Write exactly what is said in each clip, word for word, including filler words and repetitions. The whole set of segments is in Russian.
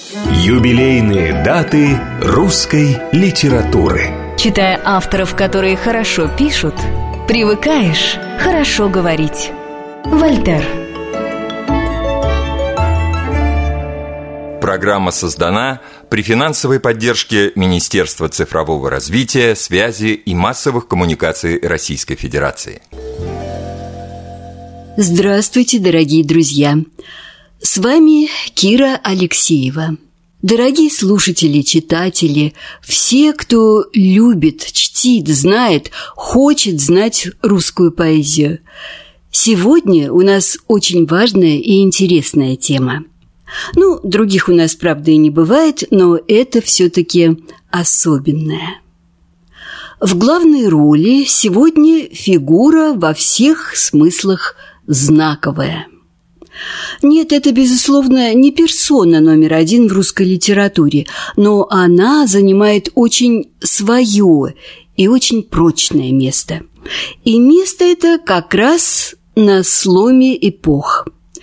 Юбилейные даты русской литературы. Читая авторов, которые хорошо пишут, привыкаешь хорошо говорить. Вольтер. Программа создана при финансовой поддержке Министерства цифрового развития, связи и массовых коммуникаций Российской Федерации. Здравствуйте, дорогие друзья! С вами Кира Алексеева. Дорогие слушатели, читатели, все, кто любит, чтит, знает, хочет знать русскую поэзию. Сегодня у нас очень важная и интересная тема. Ну, других у нас, правда, и не бывает, но это все-таки особенное. В главной роли сегодня фигура во всех смыслах знаковая. Нет, это, безусловно, не персона номер один в русской литературе, но она занимает очень свое и очень прочное место. И место это как раз на сломе эпох.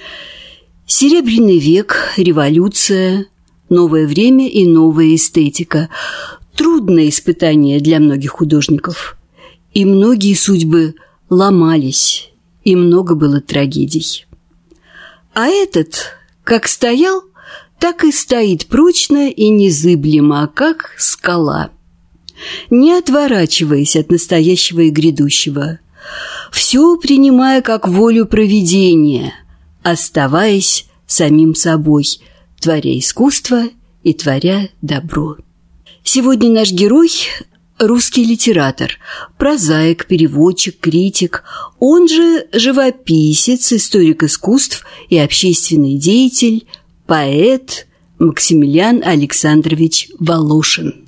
Серебряный век, революция, новое время и новая эстетика. Трудное испытание для многих художников. И многие судьбы ломались, и много было трагедий. А этот, как стоял, так и стоит прочно и незыблемо, как скала, не отворачиваясь от настоящего и грядущего, все принимая как волю провидения, оставаясь самим собой, творя искусство и творя добро. Сегодня наш герой – русский литератор, прозаик, переводчик, критик, он же живописец, историк искусств и общественный деятель, поэт Максимилиан Александрович Волошин.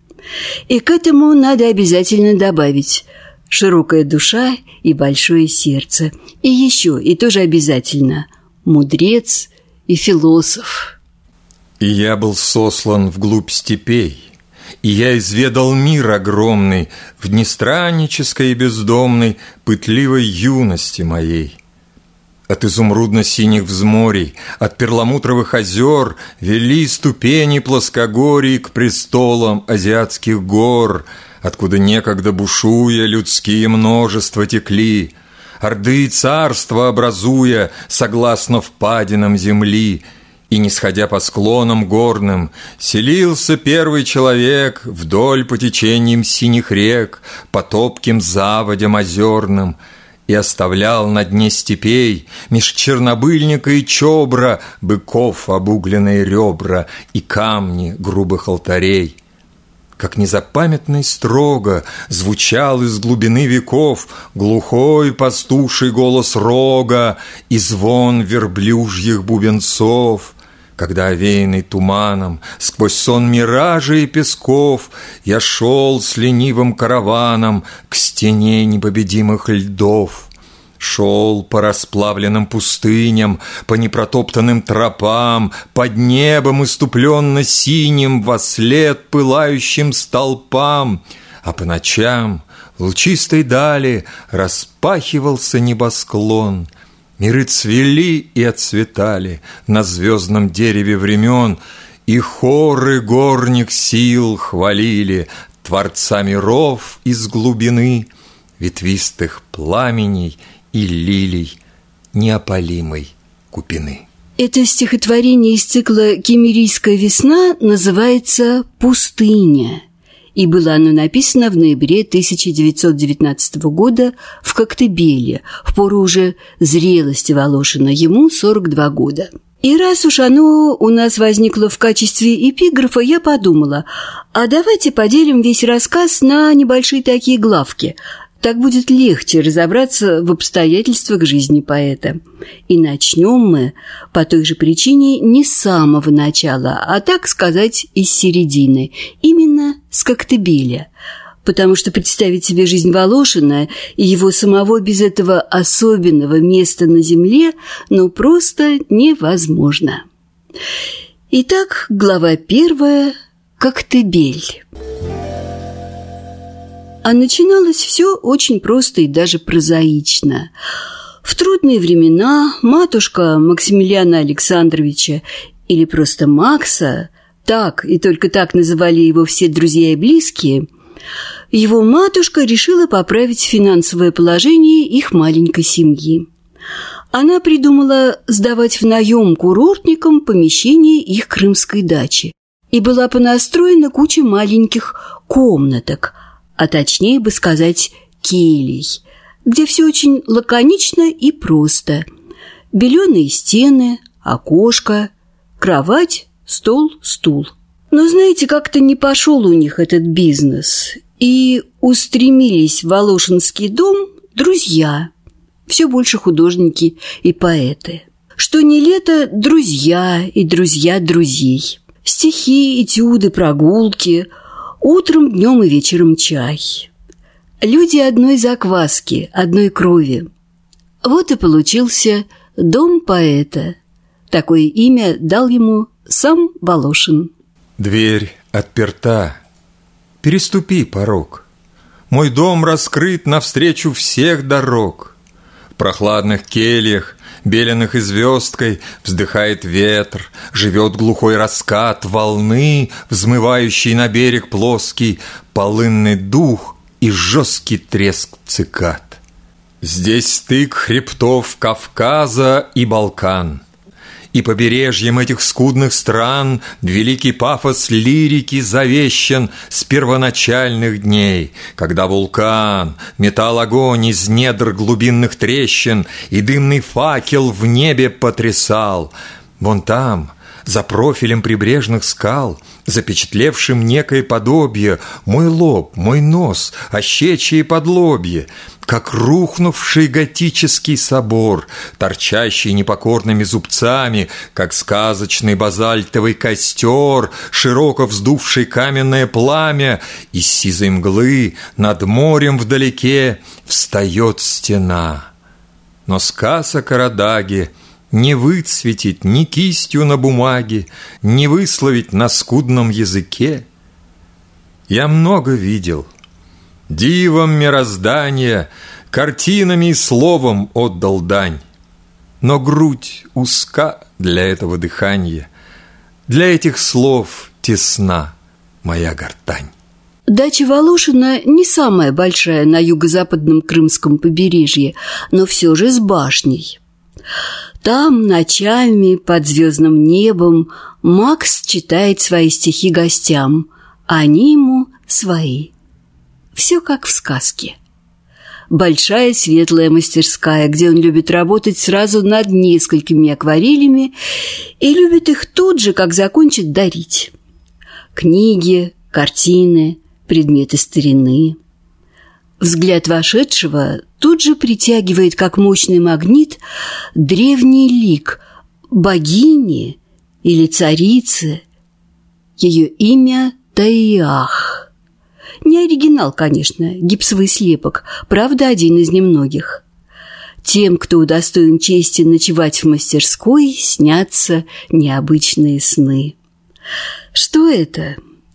И к этому надо обязательно добавить широкая душа и большое сердце. И еще, и тоже обязательно, мудрец и философ. И я был сослан вглубь степей, и я изведал мир огромный в дни страннической и бездомной пытливой юности моей. От изумрудно-синих взморий, от перламутровых озер вели ступени плоскогорий к престолам азиатских гор, откуда некогда бушуя людские множества текли, орды и царства образуя согласно впадинам земли. И, нисходя по склонам горным, селился первый человек вдоль по течениям синих рек, по топким заводям озерным, и оставлял на дне степей меж чернобыльника и чобра быков обугленные ребра и камни грубых алтарей. Как незапамятный строго звучал из глубины веков глухой пастуший голос рога и звон верблюжьих бубенцов, когда, овеянный туманом, сквозь сон миражей и песков, я шел с ленивым караваном к стене непобедимых льдов. Шел по расплавленным пустыням, по непротоптанным тропам, под небом иступленно синим вослед пылающим столпам, а по ночам в лучистой дали распахивался небосклон. Миры цвели и отцветали на звездном дереве времен, и хоры горних сил хвалили Творца миров из глубины, ветвистых пламеней и лилий неопалимой купины. Это стихотворение из цикла «Кемерийская весна» называется «Пустыня», и было оно написано в ноябре тысяча девятьсот девятнадцатого года в Коктебеле, в пору уже зрелости Волошина, ему сорок два года. И раз уж оно у нас возникло в качестве эпиграфа, я подумала, а давайте поделим весь рассказ на небольшие такие главки. Так будет легче разобраться в обстоятельствах жизни поэта. И начнем мы по той же причине не с самого начала, а, так сказать, из середины, именно с Коктебеля. Потому что представить себе жизнь Волошина и его самого без этого особенного места на земле ну просто невозможно. Итак, глава первая «Коктебель». А начиналось все очень просто и даже прозаично. В трудные времена матушка Максимилиана Александровича или просто Макса, так и только так называли его все друзья и близкие, его матушка решила поправить финансовое положение их маленькой семьи. Она придумала сдавать в наем курортникам помещение их крымской дачи, и была понастроена куча маленьких комнаток, а точнее бы сказать келий, где все очень лаконично и просто. Беленые стены, окошко, кровать, стол, стул. Но знаете, как-то не пошел у них этот бизнес, и устремились в Волошинский дом друзья, все больше художники и поэты. Что не лето, друзья и друзья друзей. Стихи, этюды, прогулки, утром, днем и вечером чай. Люди одной закваски, одной крови. Вот и получился дом поэта. Такое имя дал ему сам Волошин. Дверь отперта, переступи порог. Мой дом раскрыт навстречу всех дорог. В прохладных кельях, беленых и звездкой, вздыхает ветер, живет глухой раскат волны, взмывающий на берег плоский, полынный дух и жесткий треск цикад. Здесь стык хребтов Кавказа и Балкан, и побережьем этих скудных стран великий пафос лирики завещан с первоначальных дней, когда вулкан метал огонь из недр глубинных трещин, и дымный факел в небе потрясал. Вон там, за профилем прибрежных скал, запечатлевшим некое подобие, мой лоб, мой нос, ощечье подлобье, как рухнувший готический собор, торчащий непокорными зубцами, как сказочный базальтовый костер, широко вздувший каменное пламя, из сизой мглы над морем вдалеке встает стена. Но сказ о Карадаге не выцветить ни кистью на бумаге, не высловить на скудном языке. Я много видел, дивом мироздания, картинами и словом отдал дань. Но грудь узка для этого дыхания, для этих слов тесна моя гортань. Дача Волошина не самая большая на юго-западном крымском побережье, но все же с башней. Там ночами под звездным небом Макс читает свои стихи гостям, а они ему свои. Все как в сказке. Большая светлая мастерская, где он любит работать сразу над несколькими акварелями и любит их тут же, как закончит, дарить. Книги, картины, предметы старины. Взгляд вошедшего тут же притягивает, как мощный магнит, древний лик богини или царицы. Ее имя Таиах. Не оригинал, конечно, гипсовый слепок, правда, один из немногих. Тем, кто удостоен чести ночевать в мастерской, снятся необычные сны. Что это?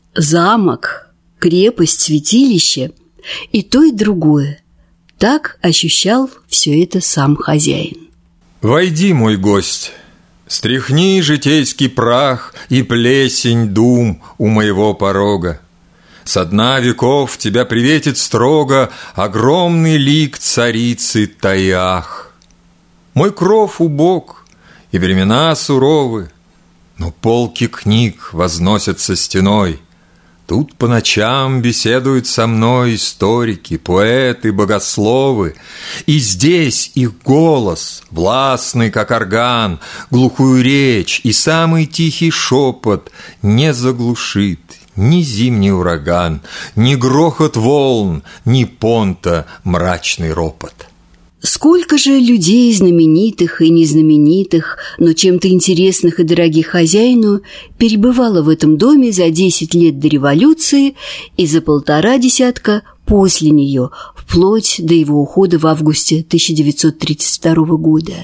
Замок, крепость, святилище? И то, и другое. Так ощущал все это сам хозяин. Войди, мой гость, стряхни житейский прах и плесень дум у моего порога. Со дна веков тебя приветит строго огромный лик царицы Таиах. Мой кров убог, и времена суровы, но полки книг возносятся стеной. Тут по ночам беседуют со мной историки, поэты, богословы, и здесь их голос, властный, как орган, глухую речь и самый тихий шепот не заглушит ни зимний ураган, ни грохот волн, ни понта мрачный ропот. Сколько же людей, знаменитых и незнаменитых, но чем-то интересных и дорогих хозяину, перебывало в этом доме за десять лет до революции и за полтора десятка после нее, вплоть до его ухода в августе тысяча девятьсот тридцать второго года.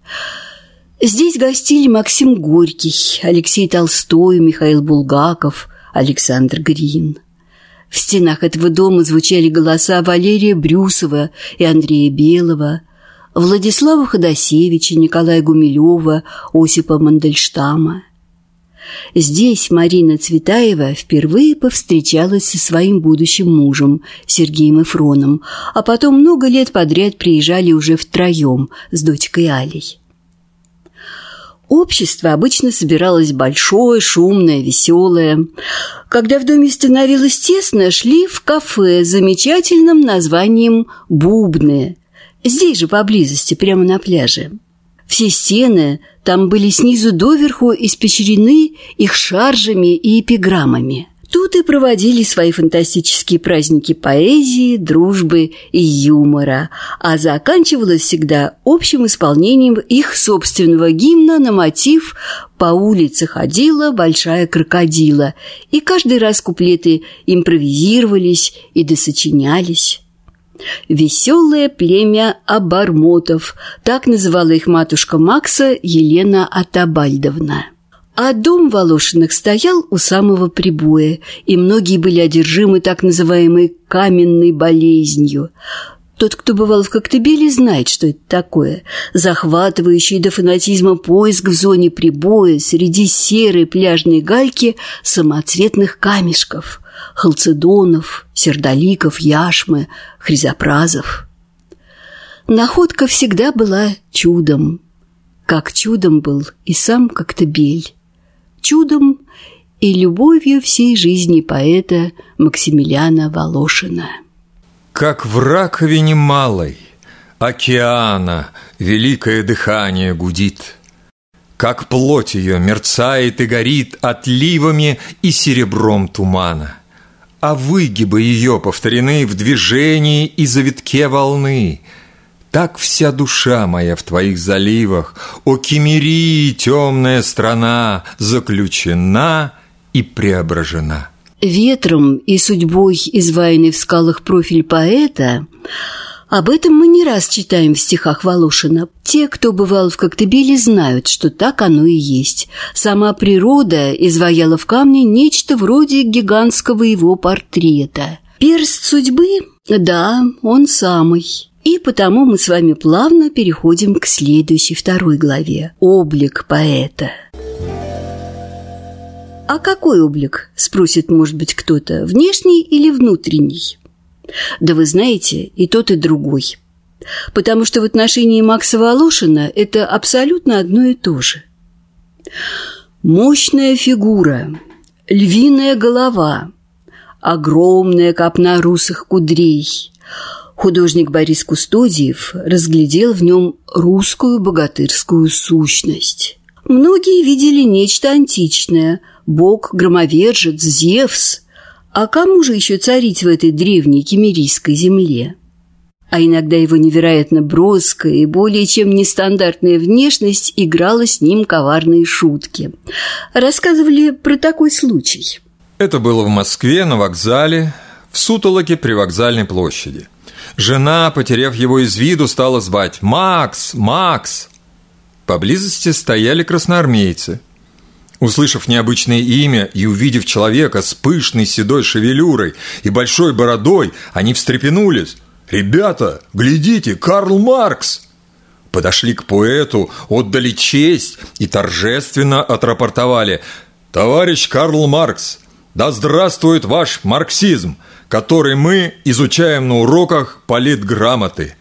Здесь гостили Максим Горький, Алексей Толстой, Михаил Булгаков, Александр Грин. В стенах этого дома звучали голоса Валерия Брюсова и Андрея Белого, Владислава Ходосевича, Николая Гумилева, Осипа Мандельштама. Здесь Марина Цветаева впервые повстречалась со своим будущим мужем Сергеем Эфроном, а потом много лет подряд приезжали уже втроем с дочкой Алей. Общество обычно собиралось большое, шумное, веселое. Когда в доме становилось тесно, шли в кафе с замечательным названием «Бубны». Здесь же поблизости, прямо на пляже. Все стены там были снизу доверху испещрены их шаржами и эпиграммами. Тут и проводили свои фантастические праздники поэзии, дружбы и юмора, а заканчивалось всегда общим исполнением их собственного гимна на мотив «По улице ходила большая крокодила», и каждый раз куплеты импровизировались и досочинялись. «Веселое племя обормотов», так называла их матушка Макса Елена Атабальдовна. А дом Волошиных стоял у самого прибоя, и многие были одержимы так называемой каменной болезнью. Тот, кто бывал в Коктебеле, знает, что это такое. Захватывающий до фанатизма поиск в зоне прибоя среди серой пляжной гальки самоцветных камешков, халцедонов, сердоликов, яшмы, хризопразов. Находка всегда была чудом, как чудом был и сам Коктебель. Чудом и любовью всей жизни поэта Максимилиана Волошина. Как в раковине малой океана великое дыхание гудит, как плоть ее мерцает и горит отливами и серебром тумана, а выгибы ее повторены в движении и завитке волны. Так вся душа моя в твоих заливах, о Киммерии, темная страна, заключена и преображена. Ветром и судьбой изваянный в скалах профиль поэта, об этом мы не раз читаем в стихах Волошина. Те, кто бывал в Коктебеле, знают, что так оно и есть. Сама природа изваяла в камне нечто вроде гигантского его портрета. Перст судьбы? Да, он самый. И потому мы с вами плавно переходим к следующей, второй главе «Облик поэта». А какой облик, спросит, может быть, кто-то, внешний или внутренний? Да вы знаете, и тот, и другой. Потому что в отношении Макса Волошина это абсолютно одно и то же. Мощная фигура, львиная голова, огромная копна русых кудрей. Художник Борис Кустодиев разглядел в нем русскую богатырскую сущность. Многие видели нечто античное – бог-громовержец, Зевс. А кому же еще царить в этой древней киммерийской земле? А иногда его невероятно броская и более чем нестандартная внешность играла с ним коварные шутки. Рассказывали про такой случай. Это было в Москве, на вокзале, в сутолоке при вокзальной площади. Жена, потеряв его из виду, стала звать «Макс! Макс!». Поблизости стояли красноармейцы. Услышав необычное имя и увидев человека с пышной седой шевелюрой и большой бородой, они встрепенулись. «Ребята, глядите, Карл Маркс!» Подошли к поэту, отдали честь и торжественно отрапортовали: «Товарищ Карл Маркс, да здравствует ваш марксизм, который мы изучаем на уроках политграмоты».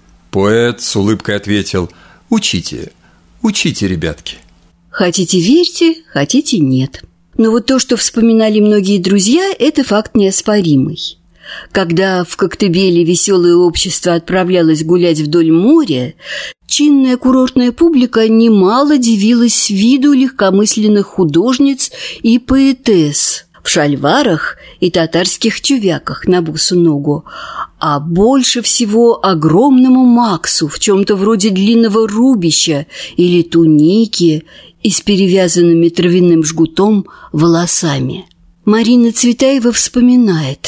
Поэт с улыбкой ответил: «Учите, учите, ребятки». Хотите верьте, хотите нет. Но вот то, что вспоминали многие друзья, это факт неоспоримый. Когда в Коктебеле веселое общество отправлялось гулять вдоль моря, чинная курортная публика немало дивилась виду легкомысленных художниц и поэтесс в шальварах и татарских тювяках на босу ногу, а больше всего огромному Максу в чем-то вроде длинного рубища или туники и с перевязанными травяным жгутом волосами. Марина Цветаева вспоминает: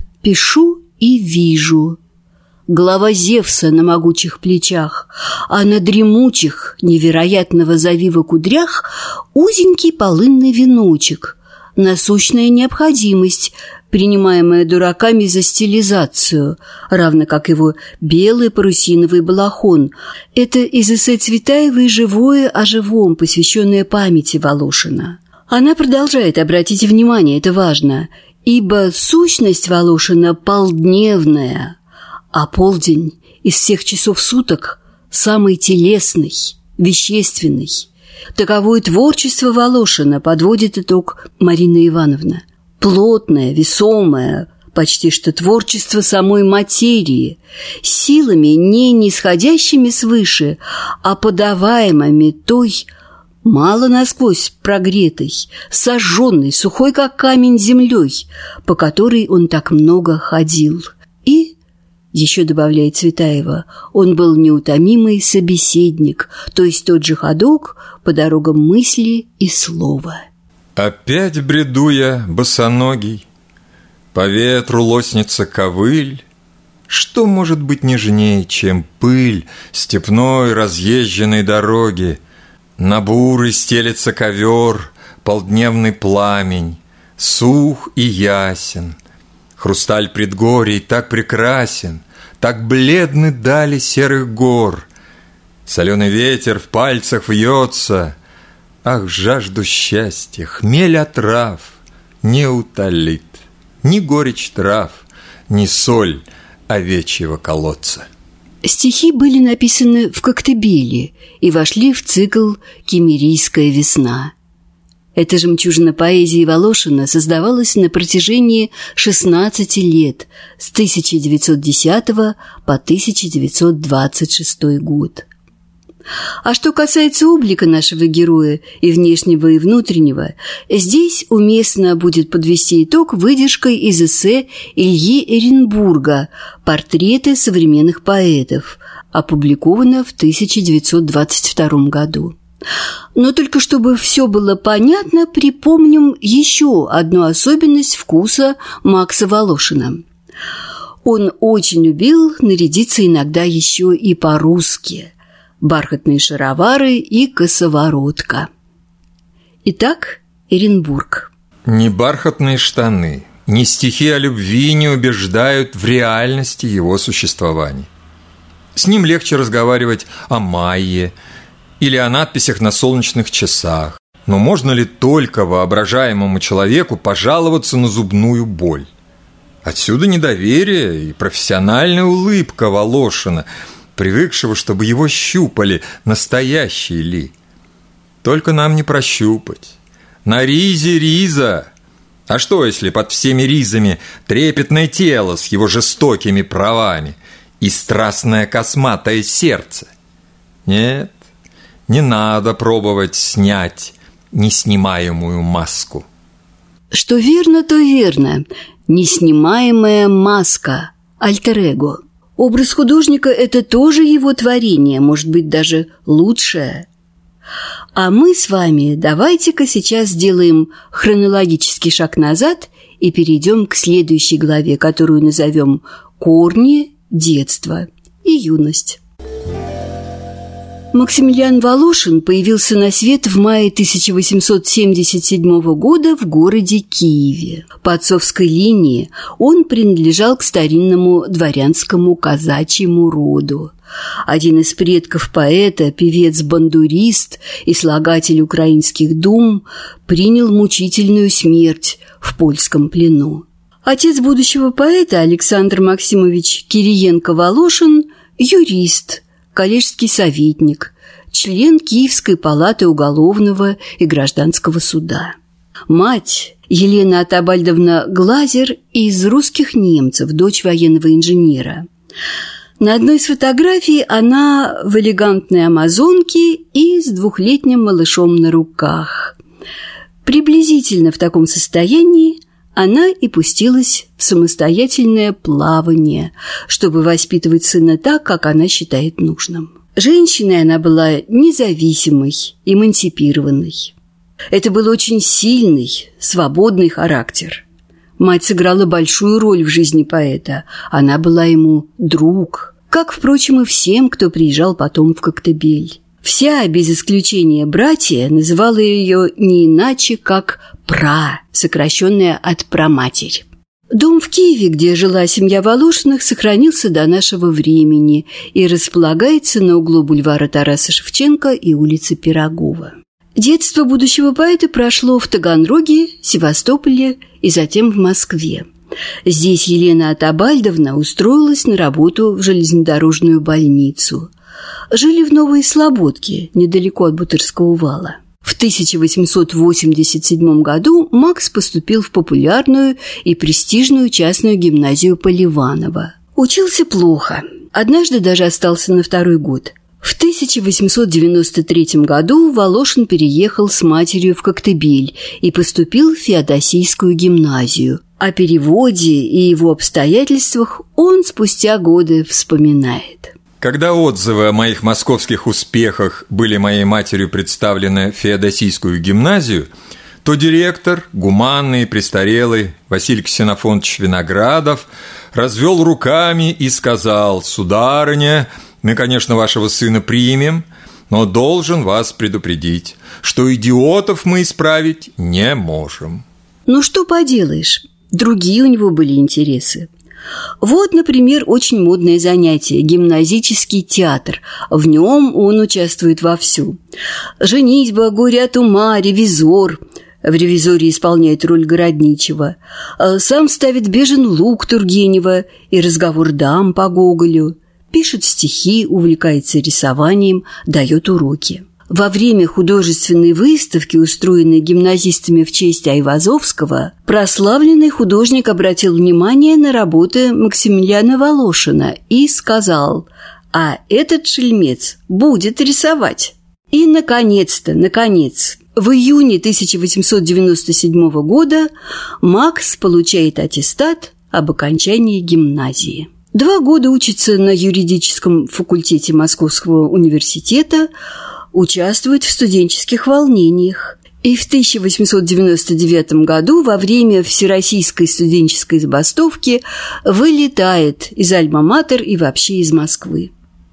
«Пишу и вижу. Голова Зевса на могучих плечах, а на дремучих, невероятного завива кудрях узенький полынный веночек, насущная необходимость, принимаемая дураками за стилизацию, равно как его белый парусиновый балахон. Это из эссе Цветаевой «Живое о живом», посвященное памяти Волошина. Она продолжает, обратите внимание, это важно, ибо сущность Волошина полдневная, а полдень из всех часов суток самый телесный, вещественный. Таковое творчество Волошина, подводит итог Марина Ивановна. Плотное, весомое, почти что творчество самой материи, силами не нисходящими свыше, а подаваемыми той, мало насквозь прогретой, сожженной, сухой как камень землей, по которой он так много ходил. И, еще добавляет Цветаева, он был неутомимый собеседник, то есть тот же ходок по дорогам мысли и слова. Опять бреду я босоногий, по ветру лоснится ковыль. Что может быть нежнее, чем пыль степной разъезженной дороги? На буры стелется ковер, полдневный пламень, сух и ясен. Хрусталь предгорий так прекрасен, так бледны дали серых гор. Соленый ветер в пальцах вьется. Ах, жажду счастья, хмель отрав не утолит ни горечь трав, ни соль овечьего колодца. Стихи были написаны в Коктебеле и вошли в цикл «Киммерийская весна». Эта жемчужина поэзии Волошина создавалась на протяжении шестнадцати лет, с тысяча девятьсот десятого по тысяча девятьсот двадцать шестой год. А что касается облика нашего героя и внешнего, и внутреннего, здесь уместно будет подвести итог выдержкой из эссе Ильи Эренбурга «Портреты современных поэтов», опубликовано в тысяча девятьсот двадцать втором году. Но только чтобы все было понятно, припомним еще одну особенность вкуса Макса Волошина. Он очень любил нарядиться иногда еще и по-русски. Бархатные шаровары и косоворотка. Итак, Эренбург. Ни бархатные штаны, ни стихи о любви не убеждают в реальности его существования. С ним легче разговаривать о Майе или о надписях на солнечных часах. Но можно ли только воображаемому человеку пожаловаться на зубную боль? Отсюда недоверие и профессиональная улыбка Волошина, привыкшего, чтобы его щупали, настоящий ли. Только нам не прощупать. На ризе риза. А что, если под всеми ризами трепетное тело с его жестокими правами и страстное косматое сердце? Нет, не надо пробовать снять неснимаемую маску. Что верно, то верно. Неснимаемая маска, альтер-эго. Образ художника – это тоже его творение, может быть, даже лучшее. А мы с вами давайте-ка сейчас сделаем хронологический шаг назад и перейдем к следующей главе, которую назовем «Корни, детство и юность». Максимилиан Волошин появился на свет в мае тысяча восемьсот семьдесят седьмого года в городе Киеве. По отцовской линии он принадлежал к старинному дворянскому казачьему роду. Один из предков поэта, певец-бандурист и слагатель украинских дум, принял мучительную смерть в польском плену. Отец будущего поэта Александр Максимович Кириенко-Волошин – юрист, коллежский советник, член Киевской палаты уголовного и гражданского суда. Мать Елена Атабальдовна Глазер из русских немцев, дочь военного инженера. На одной из фотографий она в элегантной амазонке и с двухлетним малышом на руках. Приблизительно в таком состоянии она и пустилась в самостоятельное плавание, чтобы воспитывать сына так, как она считает нужным. Женщиной она была независимой, эмансипированной. Это был очень сильный, свободный характер. Мать сыграла большую роль в жизни поэта. Она была ему друг, как, впрочем, и всем, кто приезжал потом в Коктебель. Вся, без исключения братья, называла ее не иначе, как «пра», сокращенная от «праматерь». Дом в Киеве, где жила семья Волошиных, сохранился до нашего времени и располагается на углу бульвара Тараса Шевченко и улицы Пирогова. Детство будущего поэта прошло в Таганроге, Севастополе и затем в Москве. Здесь Елена Атабальдовна устроилась на работу в железнодорожную больницу. Жили в Новой Слободке, недалеко от Бутырского вала. В тысяча восемьсот восемьдесят седьмом году Макс поступил в популярную и престижную частную гимназию Поливанова. Учился плохо, однажды даже остался на второй год. В тысяча восемьсот девяносто третьем году Волошин переехал с матерью в Коктебель и поступил в Феодосийскую гимназию. О переводе и его обстоятельствах он спустя годы вспоминает. Когда отзывы о моих московских успехах были моей матерью представлены в Феодосийскую гимназию, то директор, гуманный и престарелый Василий Ксенофонович Виноградов развел руками и сказал: «Сударыня, мы, конечно, вашего сына примем, но должен вас предупредить, что идиотов мы исправить не можем». Ну что поделаешь, другие у него были интересы. Вот, например, очень модное занятие – гимназический театр. В нем он участвует вовсю. «Женитьба», «Горе от ума», «Ревизор». В «Ревизоре» исполняет роль городничего. Сам ставит «Бежен лук» Тургенева и «Разговор дам» по Гоголю. Пишет стихи, увлекается рисованием, дает уроки. Во время художественной выставки, устроенной гимназистами в честь Айвазовского, прославленный художник обратил внимание на работы Максимилиана Волошина и сказал: «А этот шельмец будет рисовать». И, наконец-то, наконец, в июне тысяча восемьсот девяносто седьмого года Макс получает аттестат об окончании гимназии. Два года учится на юридическом факультете Московского университета, участвует в студенческих волнениях. И в тысяча восемьсот девяносто девятом году во время Всероссийской студенческой забастовки вылетает из Альма-Матер и вообще из Москвы.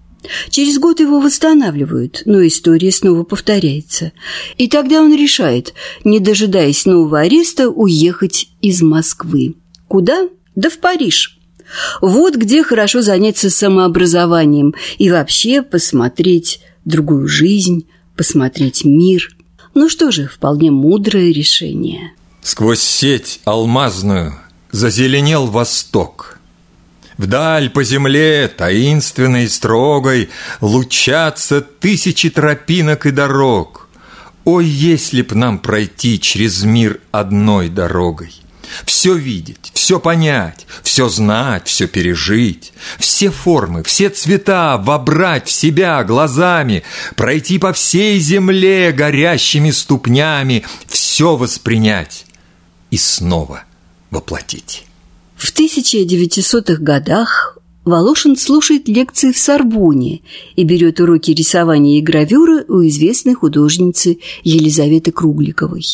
Через год его восстанавливают, но история снова повторяется. И тогда он решает, не дожидаясь нового ареста, уехать из Москвы. Куда? Да в Париж. Вот где хорошо заняться самообразованием и вообще посмотреть другую жизнь, посмотреть мир. Ну что же, вполне мудрое решение. Сквозь сеть алмазную зазеленел восток. Вдаль по земле, таинственной и строгой, лучатся тысячи тропинок и дорог. Ой, если б нам пройти через мир одной дорогой! Все видеть, все понять, все знать, все пережить, все формы, все цвета вобрать в себя глазами, пройти по всей земле горящими ступнями, все воспринять и снова воплотить. В тысяча девятисотых годах Волошин слушает лекции в Сорбонне и берет уроки рисования и гравюры у известной художницы Елизаветы Кругликовой.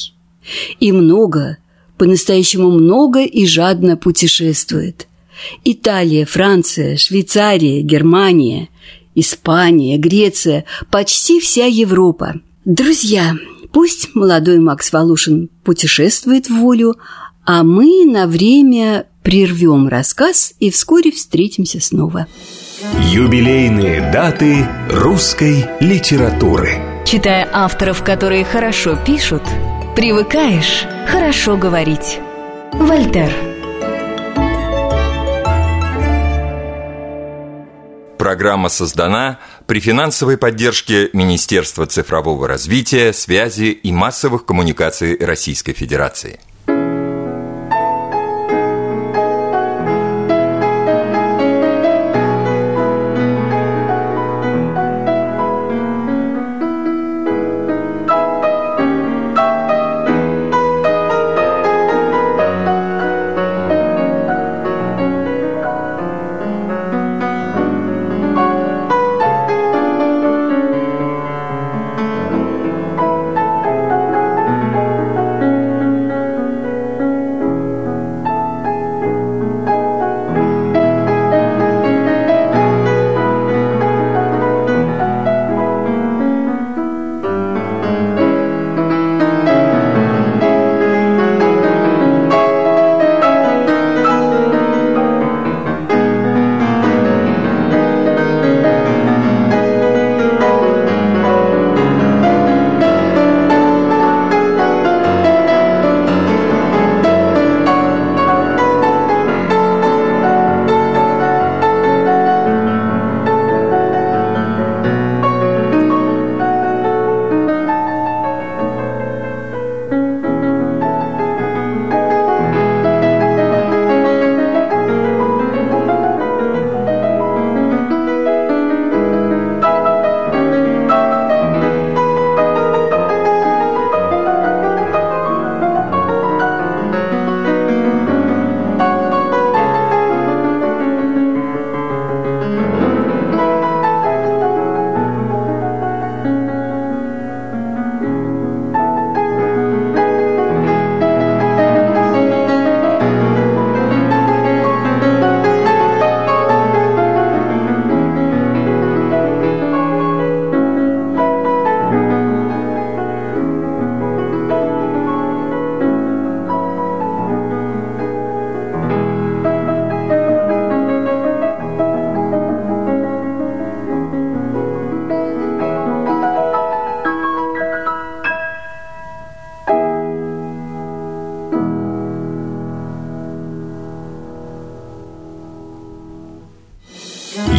И много, по-настоящему много и жадно путешествует. Италия, Франция, Швейцария, Германия, Испания, Греция, почти вся Европа. Друзья, пусть молодой Макс Волошин путешествует в волю, а мы на время прервем рассказ и вскоре встретимся снова. Юбилейные даты русской литературы. Читая авторов, которые хорошо пишут, привыкаешь хорошо говорить. Вольтер. Программа создана при финансовой поддержке Министерства цифрового развития, связи и массовых коммуникаций Российской Федерации.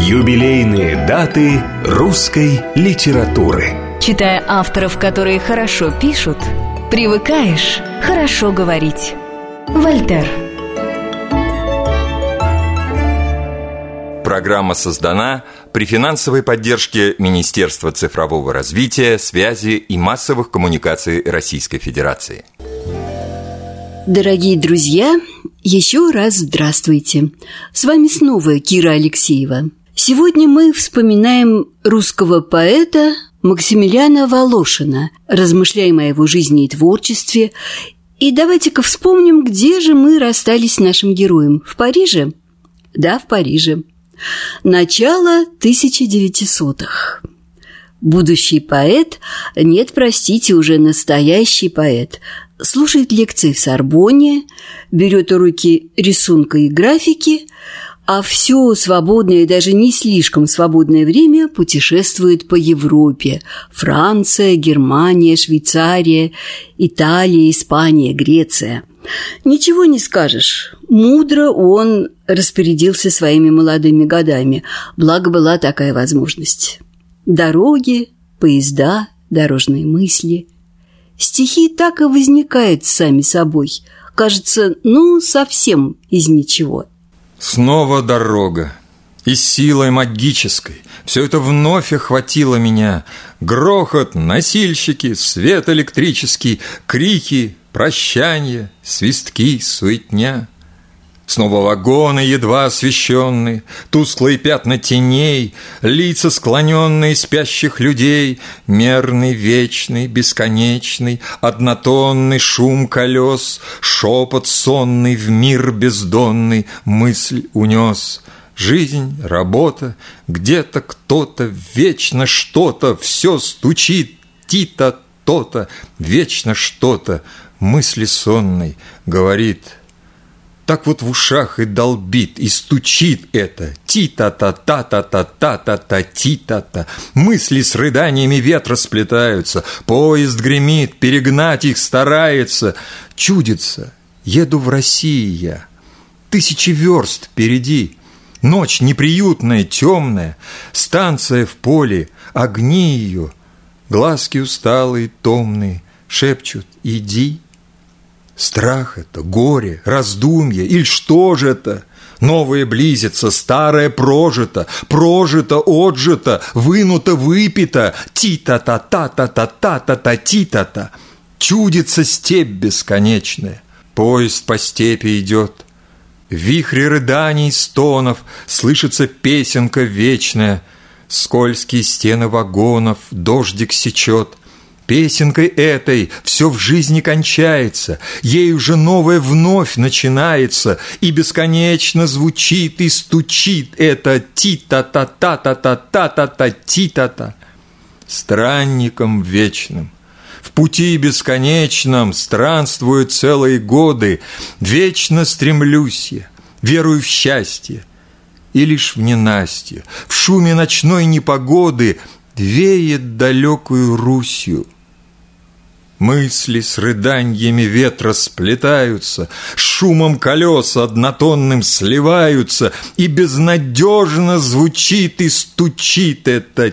Юбилейные даты русской литературы. Читая авторов, которые хорошо пишут, привыкаешь хорошо говорить. Вольтер. Программа создана при финансовой поддержке Министерства цифрового развития, связи и массовых коммуникаций Российской Федерации. Дорогие друзья, еще раз здравствуйте. С вами снова Кира Алексеева. Сегодня мы вспоминаем русского поэта Максимилиана Волошина, размышляем о его жизни и творчестве. И давайте-ка вспомним, где же мы расстались с нашим героем. В Париже? Да, в Париже. Начало тысяча девятисотых. Будущий поэт, нет, простите, уже настоящий поэт, слушает лекции в Сорбонне, берет уроки рисунка и графики, а все свободное и даже не слишком свободное время путешествует по Европе. Франция, Германия, Швейцария, Италия, Испания, Греция. Ничего не скажешь. Мудро он распорядился своими молодыми годами, благо была такая возможность. Дороги, поезда, дорожные мысли. Стихи так и возникают сами собой. Кажется, ну, совсем из ничего. Снова дорога, и силой магической все это вновь охватило меня. Грохот, носильщики, свет электрический, крики, прощанье, свистки, суетня. Снова вагоны, едва освещенные, тусклые пятна теней, лица склоненные спящих людей, мерный, вечный, бесконечный, однотонный шум колес, шепот сонный в мир бездонный мысль унес. Жизнь, работа, где-то кто-то, вечно что-то, все стучит, ти-то, то-то, вечно что-то, мысли сонной говорит. Так вот в ушах и долбит, и стучит это. Ти-та-та-та-та-та-та-та-та, ти-та-та. Мысли с рыданиями ветра сплетаются. Поезд гремит, перегнать их старается. Чудится, еду в Россию я. Тысячи верст впереди. Ночь неприютная, темная. Станция в поле, огни ее. Глазки усталые, томные, шепчут: иди. Страх это, горе, раздумье, или что же это? Новое близится, старое прожито, прожито, отжито, вынуто, выпито, ти-та-та-та-та-та-та-та-та, ти-та-та. Чудится степь бесконечная, поезд по степи идет. В вихре рыданий и стонов слышится песенка вечная, скользкие стены вагонов дождик сечет. Песенкой этой все в жизни кончается, ей уже новое вновь начинается, и бесконечно звучит и стучит это ти-та-та-та-та-та-та-та, ти-та-та. Странником вечным, в пути бесконечном странствую целые годы, вечно стремлюсь я, верую в счастье, и лишь в ненастье, в шуме ночной непогоды веет далекую Русью. Мысли с рыданьями ветра сплетаются, шумом колес однотонным сливаются, и безнадежно звучит и стучит это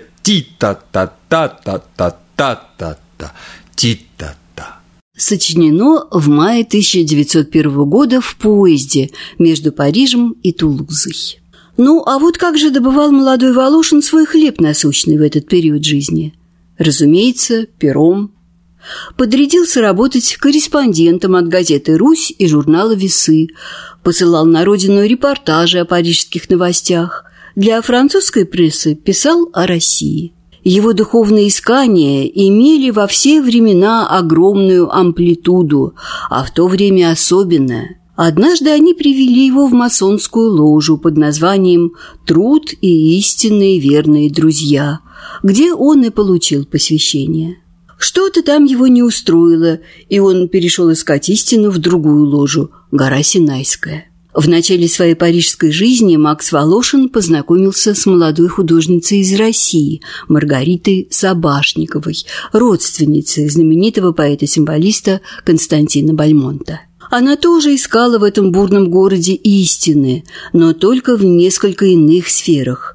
ти-та-та-та-та-та-та-та, ти-та-та. Сочинено в мае тысяча девятьсот первого года в поезде между Парижем и Тулузой. Ну, а вот как же добывал молодой Волошин свой хлеб насущный в этот период жизни? Разумеется, пером. Подрядился работать корреспондентом от газеты «Русь» и журнала «Весы», посылал на родину репортажи о парижских новостях. Для французской прессы писал о России. Его духовные искания имели во все времена огромную амплитуду, а в то время особенное. Однажды они привели его в масонскую ложу под названием «Труд и истинные верные друзья», где он и получил посвящение. Что-то там его не устроило, и он перешел искать истину в другую ложу – гора Синайская. В начале своей парижской жизни Макс Волошин познакомился с молодой художницей из России Маргаритой Собашниковой, родственницей знаменитого поэта-символиста Константина Бальмонта. Она тоже искала в этом бурном городе истины, но только в несколько иных сферах.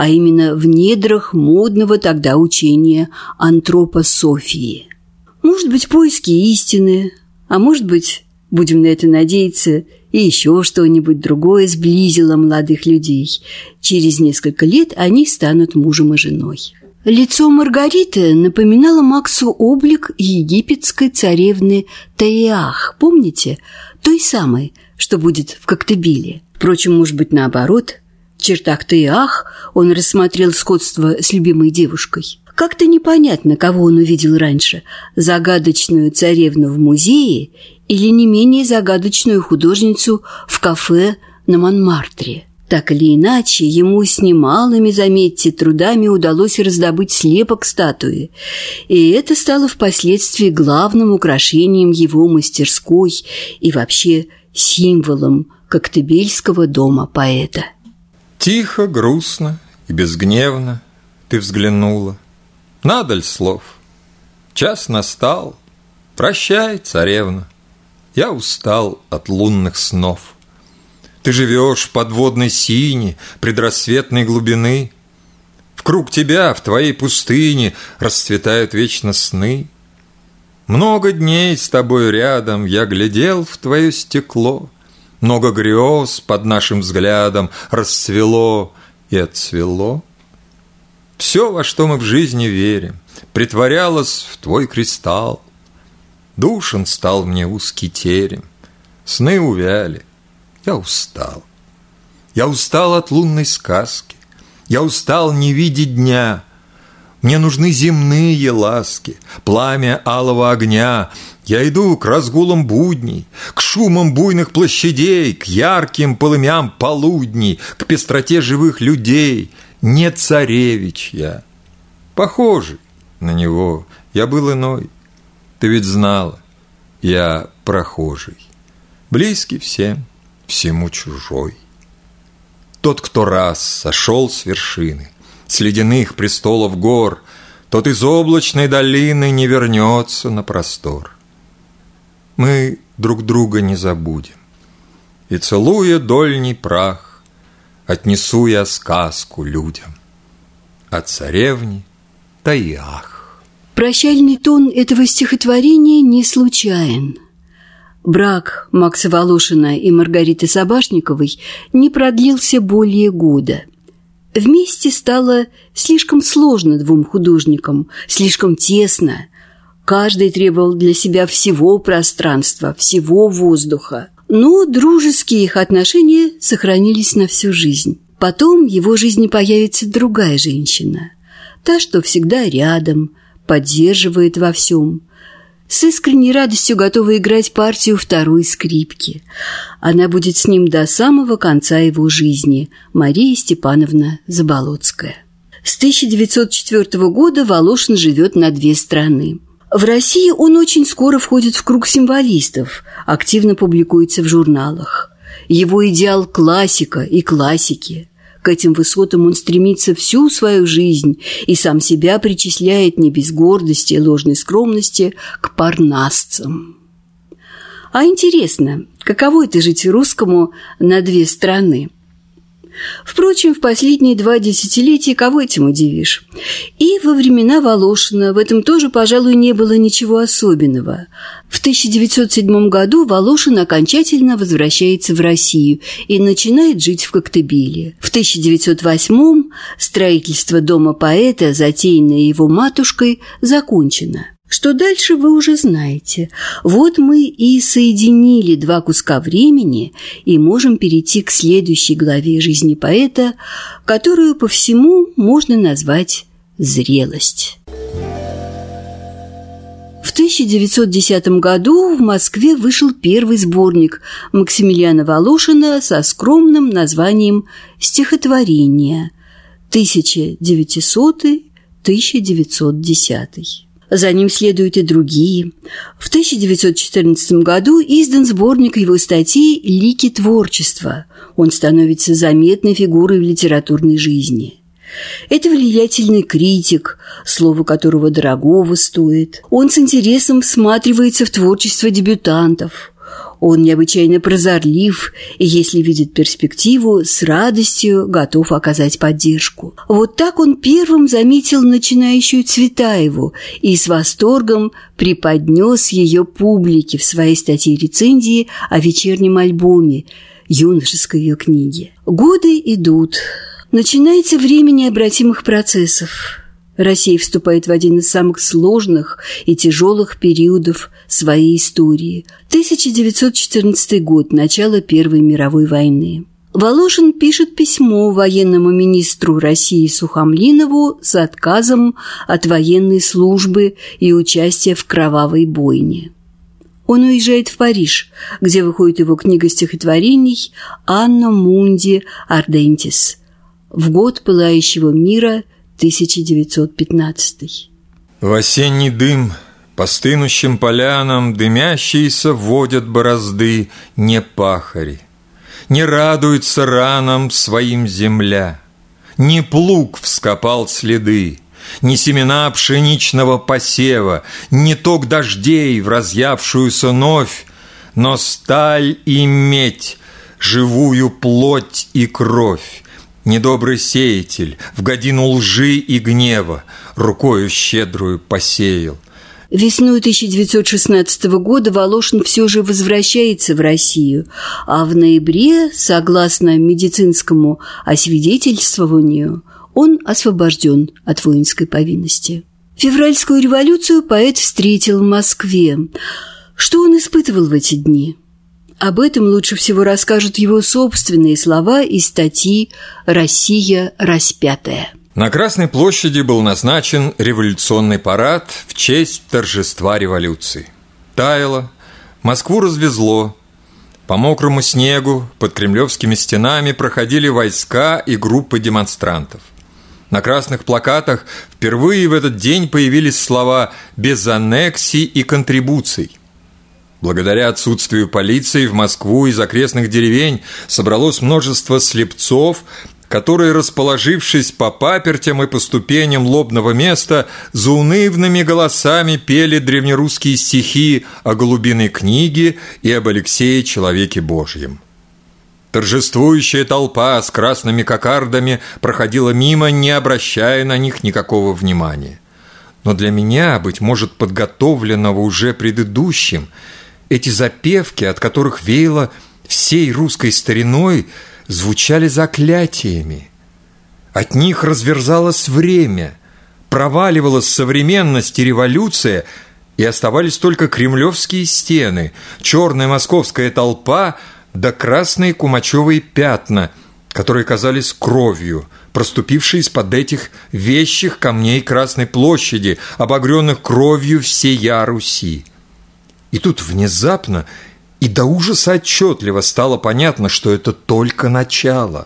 а именно в недрах модного тогда учения антропософии. Может быть, поиски истины, а может быть, будем на это надеяться, и еще что-нибудь другое сблизило молодых людей. Через несколько лет они станут мужем и женой. Лицо Маргариты напоминало Максу облик египетской царевны Таиах, помните? Той самой, что будет в Коктебеле. Впрочем, может быть, наоборот. В чертах Таиах он рассмотрел сходство с любимой девушкой. Как-то непонятно, кого он увидел раньше – загадочную царевну в музее или не менее загадочную художницу в кафе на Монмартре. Так или иначе, ему с немалыми, заметьте, трудами удалось раздобыть слепок статуи, и это стало впоследствии главным украшением его мастерской и вообще символом Коктебельского дома поэта. Тихо, грустно и безгневно ты взглянула. Надаль слов. Час настал. Прощай, царевна. Я устал от лунных снов. Ты живешь в подводной сине предрассветной глубины. Вкруг тебя, в твоей пустыне, расцветают вечно сны. Много дней с тобой рядом я глядел в твое стекло. Много грез под нашим взглядом расцвело и отцвело. Все, во что мы в жизни верим, притворялось в твой кристалл. Душен стал мне узкий терем, сны увяли. Я устал. Я устал от лунной сказки. Я устал не видеть дня. Мне нужны земные ласки, пламя алого огня. Я иду к разгулам будней, к шумам буйных площадей, к ярким полымям полудней, к пестроте живых людей. Не царевич я. Похожий на него я был иной. Ты ведь знала, я прохожий, близкий всем, всему чужой. Тот, кто раз сошел с вершины, с ледяных престолов гор, тот из облачной долины не вернется на простор. Мы друг друга не забудем, и, целуя дольний прах, отнесу я сказку людям о царевне Таиах. Прощальный тон этого стихотворения не случайен. Брак Макса Волошина и Маргариты Собашниковой не продлился более года. Вместе стало слишком сложно двум художникам, слишком тесно. Каждый требовал для себя всего пространства, всего воздуха. Но дружеские их отношения сохранились на всю жизнь. Потом в его жизни появится другая женщина. Та, что всегда рядом, поддерживает во всем. С искренней радостью готова играть партию второй скрипки. Она будет с ним до самого конца его жизни. Мария Степановна Заболоцкая. С тысяча девятьсот четвёртого года Волошин живет на две страны. В России он очень скоро входит в круг символистов, активно публикуется в журналах. Его идеал – классика и классики. К этим высотам он стремится всю свою жизнь и сам себя причисляет не без гордости и ложной скромности к парнасцам. А интересно, каково это жить русскому на две страны? Впрочем, в последние два десятилетия кого этим удивишь? И во времена Волошина в этом тоже, пожалуй, не было ничего особенного. В тысяча девятьсот седьмом году Волошин окончательно возвращается в Россию и начинает жить в Коктебеле. В тысяча девятьсот восьмом строительство дома поэта, затеянное его матушкой, закончено. Что дальше, вы уже знаете. Вот мы и соединили два куска времени и можем перейти к следующей главе жизни поэта, которую по всему можно назвать «зрелость». В тысяча девятьсот десятом году в Москве вышел первый сборник Максимилиана Волошина со скромным названием «Стихотворения» тысяча девятисотый — тысяча девятьсот десятый. За ним следуют и другие. В тысяча девятьсот четырнадцатом году издан сборник его статей «Лики творчества». Он становится заметной фигурой в литературной жизни. Это влиятельный критик, слово которого дорогого стоит. Он с интересом всматривается в творчество дебютантов. Он необычайно прозорлив, и если видит перспективу, с радостью готов оказать поддержку. Вот так он первым заметил начинающую Цветаеву и с восторгом преподнес ее публике в своей статье-рецензии о вечернем альбоме, юношеской ее книге. Годы идут. Начинается время необратимых процессов. Россия вступает в один из самых сложных и тяжелых периодов своей истории. тысяча девятьсот четырнадцатый год, начало Первой мировой войны. Волошин пишет письмо военному министру России Сухомлинову с отказом от военной службы и участия в кровавой бойне. Он уезжает в Париж, где выходит его книга стихотворений «Анно Мунди Ардентис» в год пылающего мира тысяча девятьсот пятнадцатый. В осенний дым по стынущим полянам дымящиеся водят борозды не пахари, не радуется ранам своим земля, не плуг вскопал следы, ни семена пшеничного посева, ни ток дождей в разъявшуюся новь, но сталь и медь, живую плоть и кровь, недобрый сеятель в годину лжи и гнева рукою щедрую посеял. Весной тысяча девятьсот шестнадцатого года Волошин все же возвращается в Россию, а в ноябре, согласно медицинскому освидетельствованию, он освобожден от воинской повинности. Февральскую революцию поэт встретил в Москве. Что он испытывал в эти дни? Об этом лучше всего расскажут его собственные слова из статьи «Россия распятая». На Красной площади был назначен революционный парад в честь торжества революции. Таяло, Москву развезло. По мокрому снегу под кремлевскими стенами проходили войска и группы демонстрантов. На красных плакатах впервые в этот день появились слова «без аннексий и контрибуций». Благодаря отсутствию полиции в Москву из окрестных деревень собралось множество слепцов, которые, расположившись по папертям и по ступеням лобного места, заунывными голосами пели древнерусские стихи о голубиной книге и об Алексее Человеке Божьем. Торжествующая толпа с красными кокардами проходила мимо, не обращая на них никакого внимания. Но для меня, быть может, подготовленного уже предыдущим, эти запевки, от которых веяло всей русской стариной, звучали заклятиями. От них разверзалось время, проваливалась современность и революция, и оставались только кремлевские стены, черная московская толпа да красные кумачевые пятна, которые казались кровью, проступившей из-под этих вещих камней Красной площади, обогренных кровью всея Руси. И тут внезапно и до ужаса отчетливо стало понятно, что это только начало,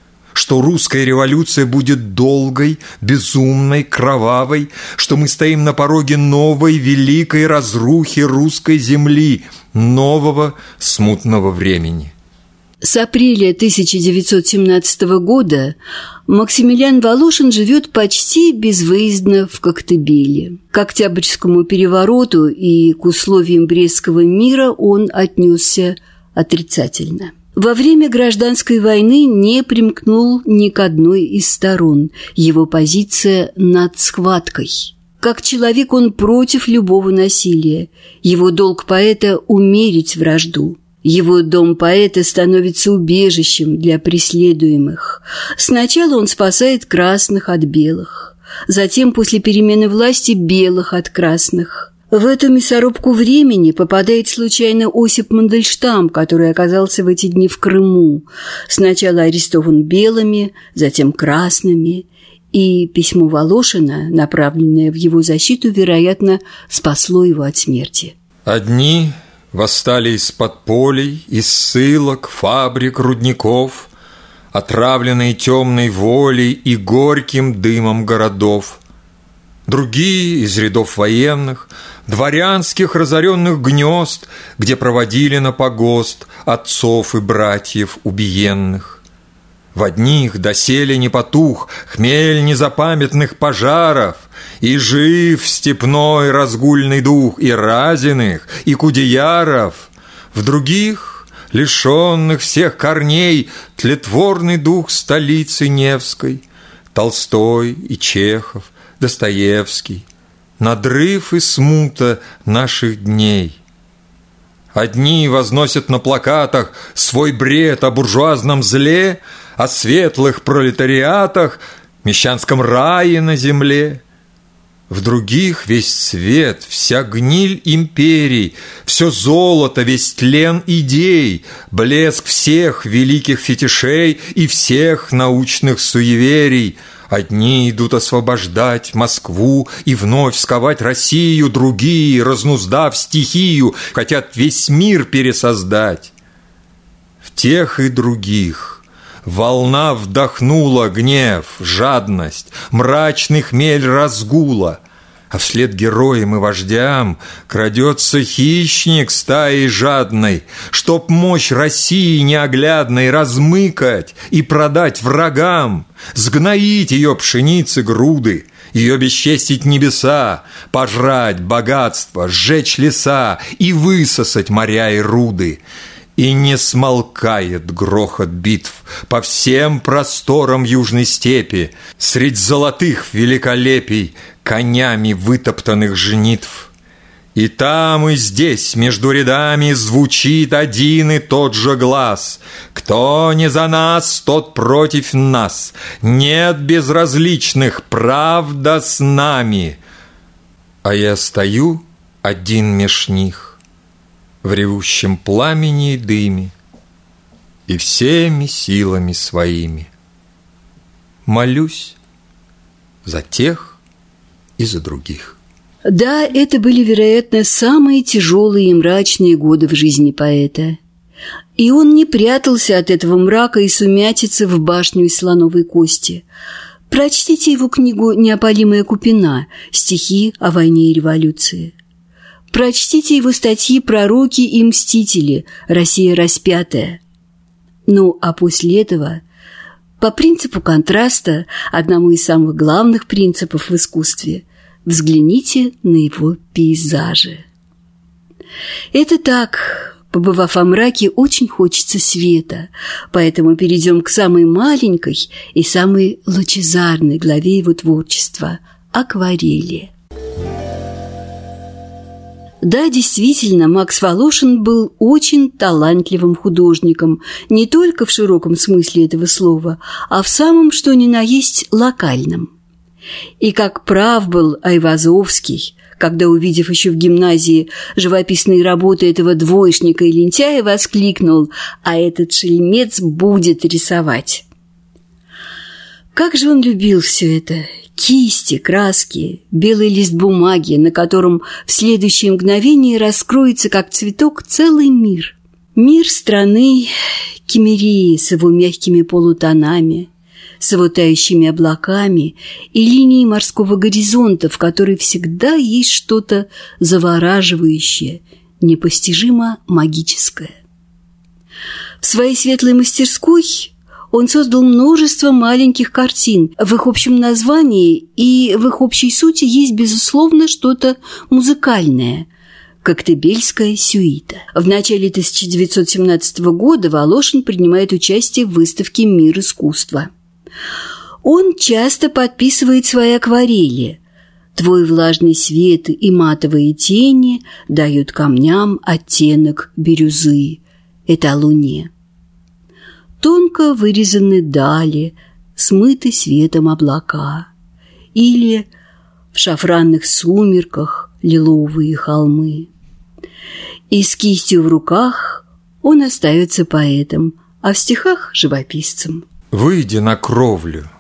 что русская революция будет долгой, безумной, кровавой, что мы стоим на пороге новой великой разрухи русской земли, нового смутного времени. С апреля тысяча девятьсот семнадцатого года Максимилиан Волошин живет почти безвыездно в Коктебеле. К Октябрьскому перевороту и к условиям Брестского мира он отнесся отрицательно. Во время гражданской войны не примкнул ни к одной из сторон. Его позиция над схваткой. Как человек он против любого насилия. Его долг поэта – умерить вражду. Его дом поэта становится убежищем для преследуемых. Сначала он спасает красных от белых, затем, после перемены власти, белых от красных. В эту мясорубку времени попадает случайно Осип Мандельштам, который оказался в эти дни в Крыму. Сначала арестован белыми, затем красными, и письмо Волошина, направленное в его защиту, вероятно, спасло его от смерти. Одни восстали из-под полей, из ссылок, фабрик, рудников, отравленные темной волей и горьким дымом городов. Другие из рядов военных, дворянских разоренных гнезд, где проводили на погост отцов и братьев убиенных. В одних доселе не потух хмель незапамятных пожаров, и жив степной разгульный дух и Разиных, и Кудеяров. В В других, лишенных всех корней, тлетворный дух столицы Невской, Толстой и Чехов, Достоевский, надрыв и смута наших дней. Одни возносят на плакатах свой бред о буржуазном зле, о светлых пролетариатах, мещанском рае на земле. В других весь свет, вся гниль империй, все золото, весь тлен идей, блеск всех великих фетишей и всех научных суеверий. Одни идут освобождать Москву и вновь сковать Россию, другие, разнуздав стихию, хотят весь мир пересоздать. В тех и других волна вдохнула гнев, жадность, мрачный хмель разгула, а вслед героям и вождям крадется хищник стаи жадной, чтоб мощь России неоглядной размыкать и продать врагам, сгноить ее пшеницы груды, ее бесчестить небеса, пожрать богатство, сжечь леса и высосать моря и руды. И не смолкает грохот битв по всем просторам южной степи, средь золотых великолепий, конями вытоптанных жнитв. И там, и здесь, между рядами, звучит один и тот же глас: кто не за нас, тот против нас, нет безразличных, правда с нами. А я стою один меж них, в ревущем пламени и дыме, и всеми силами своими молюсь за тех и за других. Да, это были, вероятно, самые тяжелые и мрачные годы в жизни поэта. И он не прятался от этого мрака и сумятицы в башню из слоновой кости. Прочтите его книгу «Неопалимая Купина. Стихи о войне и революции». Прочтите его статьи «Пророки и мстители. Россия распятая». Ну, а после этого, по принципу контраста, одному из самых главных принципов в искусстве, взгляните на его пейзажи. Это так, побывав во мраке, очень хочется света, поэтому перейдем к самой маленькой и самой лучезарной главе его творчества – акварели. Да, действительно, Макс Волошин был очень талантливым художником, не только в широком смысле этого слова, а в самом что ни на есть локальном. И как прав был Айвазовский, когда, увидев еще в гимназии живописные работы этого двоечника и лентяя, воскликнул: «А этот шельмец будет рисовать». Как же он любил все это! Кисти, краски, белый лист бумаги, на котором в следующее мгновение раскроется, как цветок, целый мир. Мир страны Киммерии с его мягкими полутонами, с его тающими облаками и линией морского горизонта, в которой всегда есть что-то завораживающее, непостижимо магическое. В своей светлой мастерской он создал множество маленьких картин. В их общем названии и в их общей сути есть, безусловно, что-то музыкальное – «Коктебельская сюита». В начале тысяча девятьсот семнадцатого года Волошин принимает участие в выставке «Мир искусства». Он часто подписывает свои акварели. «Твой влажный свет и матовые тени дают камням оттенок бирюзы». Это о луне. Тонко вырезаны дали, смыты светом облака. Или в шафранных сумерках лиловые холмы. И с кистью в руках он остается поэтом, а в стихах – живописцем. Выйди на кровлю,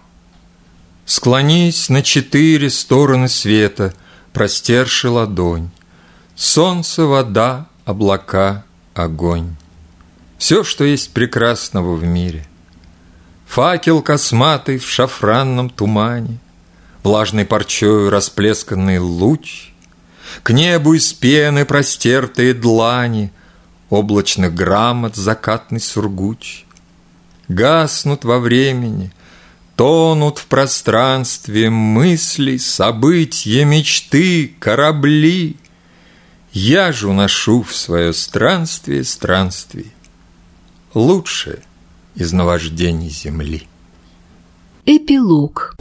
склонись на четыре стороны света, простерши ладонь. Солнце, вода, облака, огонь. Все, что есть прекрасного в мире. Факел косматый в шафранном тумане, влажной парчою расплесканный луч, к небу из пены простертые длани, облачных грамот закатный сургуч. Гаснут во времени, тонут в пространстве мысли, события, мечты, корабли. Я ж уношу в свое странствие странствий лучшее из наваждений земли. Эпилог.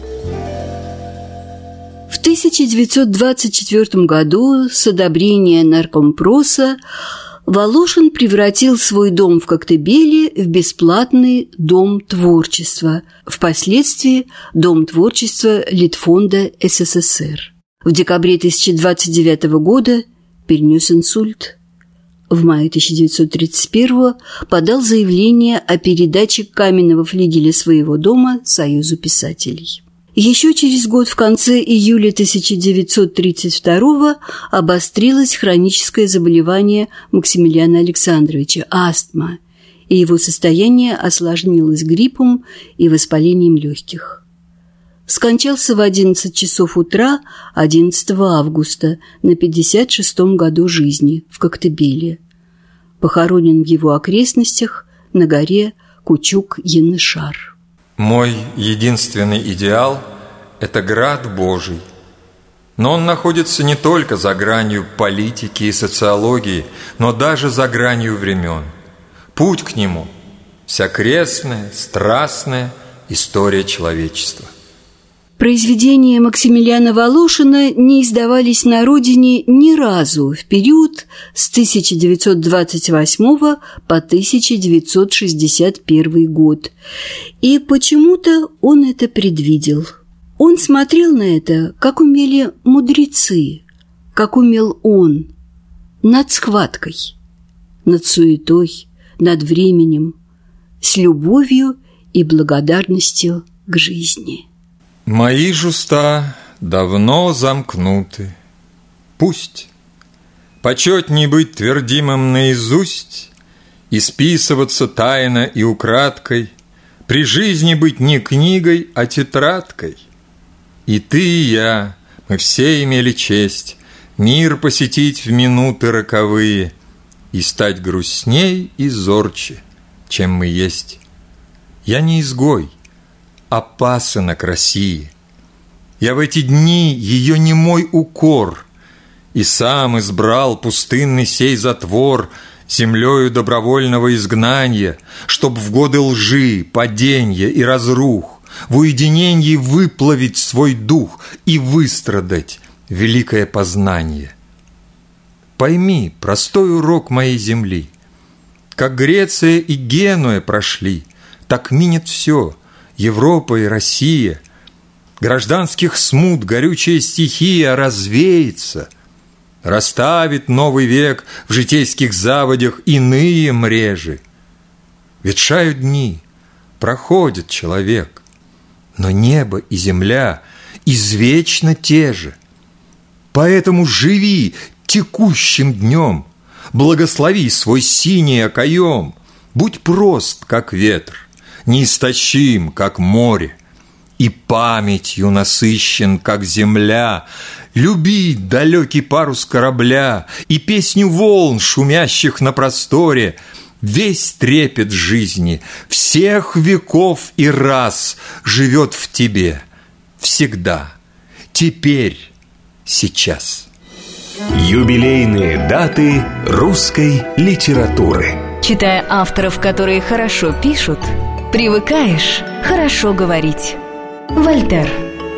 В тысяча девятьсот двадцать четвёртом году с одобрения наркомпроса Волошин превратил свой дом в Коктебеле в бесплатный дом творчества, впоследствии Дом творчества Литфонда СССР. В декабре тысяча девятьсот двадцать девятого года перенес инсульт. В мае тысяча девятьсот тридцать первого подал заявление о передаче каменного флигеля своего дома Союзу писателей. Еще через год, в конце июля тысяча девятьсот тридцать второго, обострилось хроническое заболевание Максимилиана Александровича – астма, и его состояние осложнилось гриппом и воспалением легких. Скончался в одиннадцать часов утра одиннадцатого августа на пятьдесят шестом году жизни в Коктебеле. Похоронен в его окрестностях на горе Кучук-Янышар. Мой единственный идеал – это град Божий. Но он находится не только за гранью политики и социологии, но даже за гранью времен. Путь к нему – вся крестная, страстная история человечества. Произведения Максимилиана Волошина не издавались на родине ни разу в период с тысяча девятьсот двадцать восьмого по тысяча девятьсот шестьдесят первый год. И почему-то он это предвидел. Он смотрел на это, как умели мудрецы, как умел он, над схваткой, над суетой, над временем, с любовью и благодарностью к жизни. Мои ж уста давно замкнуты. Пусть почетней быть твердимым наизусть и списываться тайно и украдкой, при жизни быть не книгой, а тетрадкой. И ты, и я, мы все имели честь мир посетить в минуты роковые и стать грустней и зорче, чем мы есть. Я не изгой, а пасынок России. Я в эти дни ее немой укор и сам избрал пустынный сей затвор землею добровольного изгнания, чтоб в годы лжи, паденья и разрух в уединении выплавить свой дух и выстрадать великое познание. Пойми простой урок моей земли. Как Греция и Генуя прошли, так минет все — Европа и Россия. Гражданских смут горючая стихия развеется, расставит новый век в житейских заводях иные мрежи. Ветшают дни, проходит человек, но небо и земля извечно те же. Поэтому живи текущим днем, благослови свой синий окоем, будь прост, как ветр, неистощим, как море, и памятью насыщен, как земля. Люби далекий парус корабля и песню волн, шумящих на просторе. Весь трепет жизни всех веков и рас живет в тебе всегда, теперь, сейчас. Юбилейные даты русской литературы. Читая авторов, которые хорошо пишут, привыкаешь хорошо говорить. Вольтер.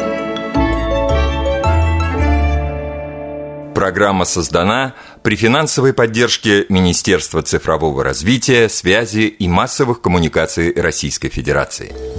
Программа создана при финансовой поддержке Министерства цифрового развития, связи и массовых коммуникаций Российской Федерации.